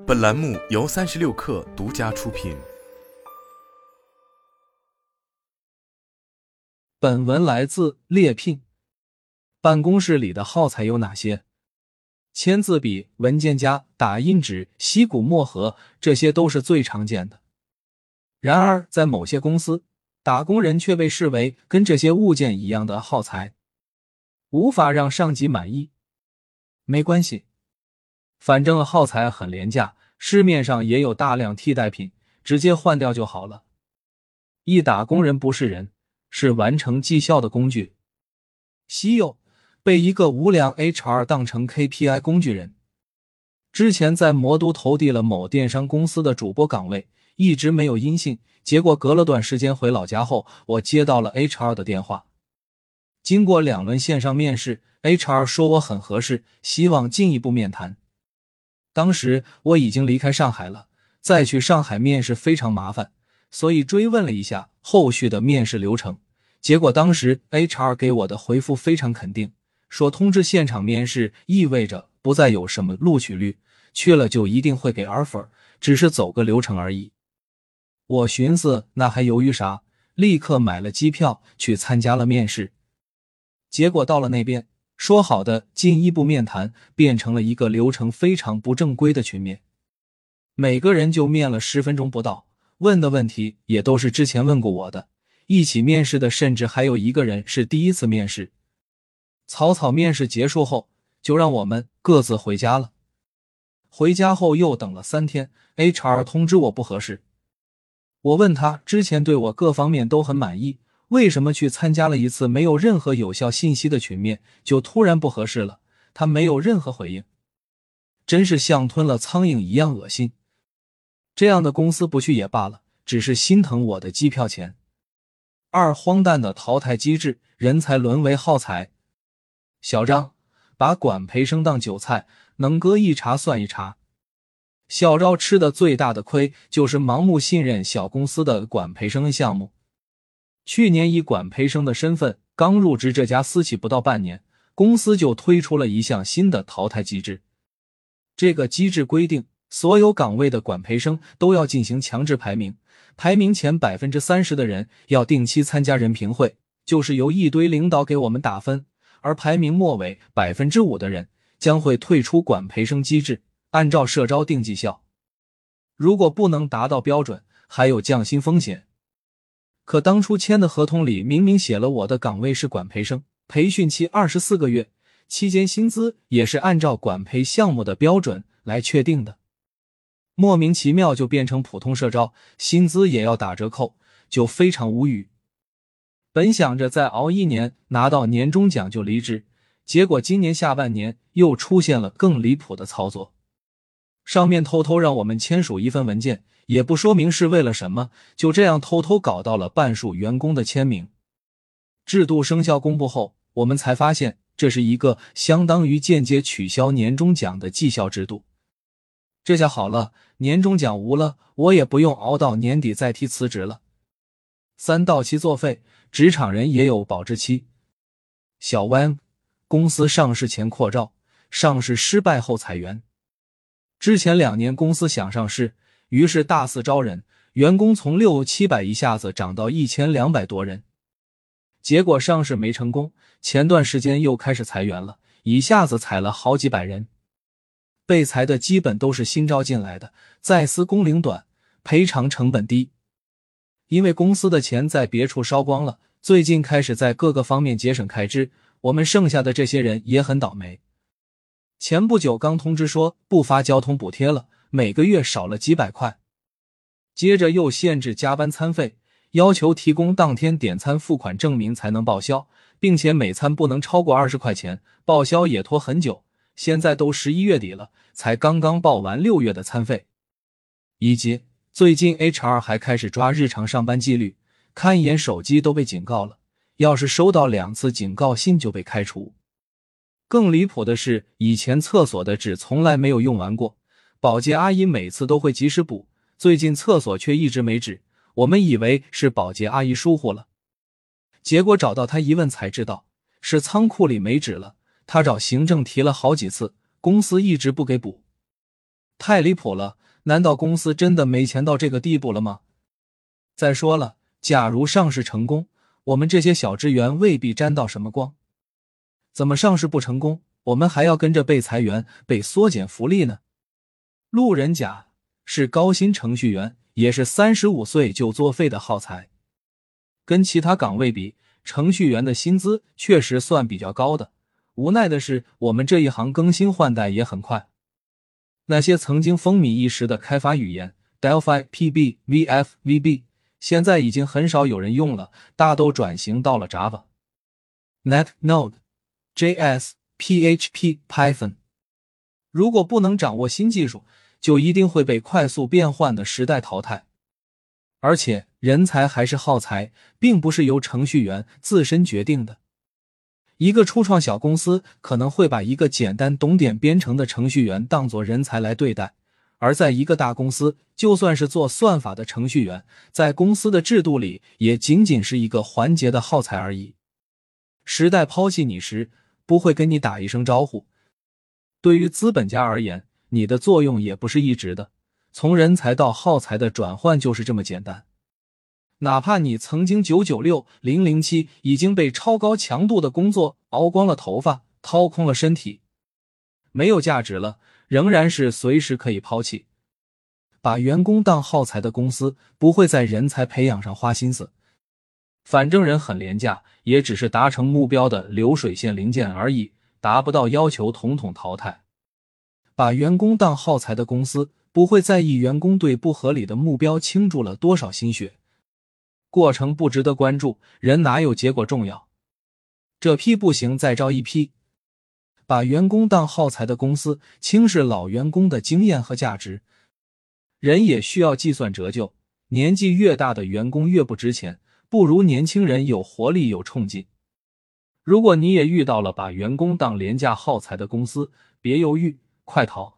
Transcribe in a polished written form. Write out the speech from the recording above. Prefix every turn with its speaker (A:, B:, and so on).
A: 本栏目由36氪独家出品。
B: 本文来自猎聘。办公室里的耗材有哪些？签字笔、文件夹、打印纸、锡鼓墨盒，这些都是最常见的。然而，在某些公司，打工人却被视为跟这些物件一样的耗材，无法让上级满意。没关系，反正耗材很廉价，市面上也有大量替代品，直接换掉就好了。一打工人不是人，是完成绩效的工具。稀有，被一个无良 HR 当成 KPI 工具人。之前在魔都投递了某电商公司的主播岗位，一直没有音信，结果隔了段时间回老家后，我接到了 HR 的电话。经过2轮线上面试， HR 说我很合适，希望进一步面谈。当时我已经离开上海了，再去上海面试非常麻烦，所以追问了一下后续的面试流程。结果当时 HR 给我的回复非常肯定，说通知现场面试意味着不再有什么录取率，去了就一定会给 offer， 只是走个流程而已。我寻思那还犹豫啥，立刻买了机票去参加了面试。结果到了那边，说好的进一步面谈变成了一个流程非常不正规的群面，每个人就面了10分钟不到，问的问题也都是之前问过我的，一起面试的甚至还有一个人是第一次面试。草草面试结束后，就让我们各自回家了。回家后又等了3天， HR 通知我不合适。我问他之前对我各方面都很满意，为什么去参加了一次没有任何有效信息的群面就突然不合适了？他没有任何回应，真是像吞了苍蝇一样恶心。这样的公司不去也罢了，只是心疼我的机票钱。2荒诞的淘汰机制，人才沦为耗材。小张把管培生当韭菜，能割一茬算一茬。小赵吃的最大的亏就是盲目信任小公司的管培生项目。去年以管培生的身份刚入职这家私企不到半年，公司就推出了一项新的淘汰机制。这个机制规定，所有岗位的管培生都要进行强制排名，排名前 30% 的人要定期参加人评会，就是由一堆领导给我们打分，而排名末尾 5% 的人将会退出管培生机制，按照社招定绩效。如果不能达到标准，还有降薪风险。可当初签的合同里明明写了我的岗位是管培生，培训期24个月，期间薪资也是按照管培项目的标准来确定的。莫名其妙就变成普通社招，薪资也要打折扣，就非常无语。本想着再熬1年拿到年终奖就离职，结果今年下半年又出现了更离谱的操作。上面偷偷让我们签署一份文件，也不说明是为了什么，就这样偷偷搞到了半数员工的签名。制度生效公布后，我们才发现这是一个相当于间接取消年终奖的绩效制度。这下好了，年终奖无了，我也不用熬到年底再提辞职了。3到期作废，职场人也有保质期。小湾公司上市前扩招，上市失败后裁员。之前2年公司想上市，于是大肆招人，员工从600-700一下子涨到1200多人。结果上市没成功，前段时间又开始裁员了，一下子裁了好几百人。被裁的基本都是新招进来的，在司工龄短，赔偿成本低。因为公司的钱在别处烧光了，最近开始在各个方面节省开支，我们剩下的这些人也很倒霉。前不久刚通知说不发交通补贴了，每个月少了几百块。接着又限制加班餐费，要求提供当天点餐付款证明才能报销，并且每餐不能超过20块钱，报销也拖很久，现在都11月底了，才刚刚报完6月的餐费。以及最近 HR 还开始抓日常上班纪律，看一眼手机都被警告了，要是收到2次警告信就被开除。更离谱的是，以前厕所的纸从来没有用完过，保洁阿姨每次都会及时补，最近厕所却一直没纸，我们以为是保洁阿姨疏忽了，结果找到她一问才知道，是仓库里没纸了，她找行政提了好几次，公司一直不给补。太离谱了， 难道公司真的没钱到这个地步了吗？再说了，假如上市成功，我们这些小职员未必沾到什么光。怎么上市不成功，我们还要跟着被裁员、被缩减福利呢？路人甲是高薪程序员，也是35岁就作废的耗材。跟其他岗位比，程序员的薪资确实算比较高的。无奈的是，我们这一行更新换代也很快。那些曾经风靡一时的开发语言 Delphi、PB、VF、VB 现在已经很少有人用了，大都转型到了 Java、Net、Node、JS、PHP、Python。如果不能掌握新技术，就一定会被快速变换的时代淘汰。而且人才还是耗材，并不是由程序员自身决定的。一个初创小公司可能会把一个简单懂点编程的程序员当作人才来对待，而在一个大公司，就算是做算法的程序员，在公司的制度里也仅仅是一个环节的耗材而已。时代抛弃你时，不会跟你打一声招呼。对于资本家而言，你的作用也不是一直的，从人才到耗材的转换就是这么简单。哪怕你曾经996、007已经被超高强度的工作熬光了头发，掏空了身体，没有价值了，仍然是随时可以抛弃。把员工当耗材的公司不会在人才培养上花心思，反正人很廉价，也只是达成目标的流水线零件而已，达不到要求统统淘汰。把员工当耗材的公司不会在意员工对不合理的目标倾注了多少心血，过程不值得关注，人哪有结果重要。这批不行，再招一批。把员工当耗材的公司轻视老员工的经验和价值。人也需要计算折旧，年纪越大的员工越不值钱，不如年轻人有活力有冲劲。如果你也遇到了把员工当廉价耗材的公司，别犹豫，快逃。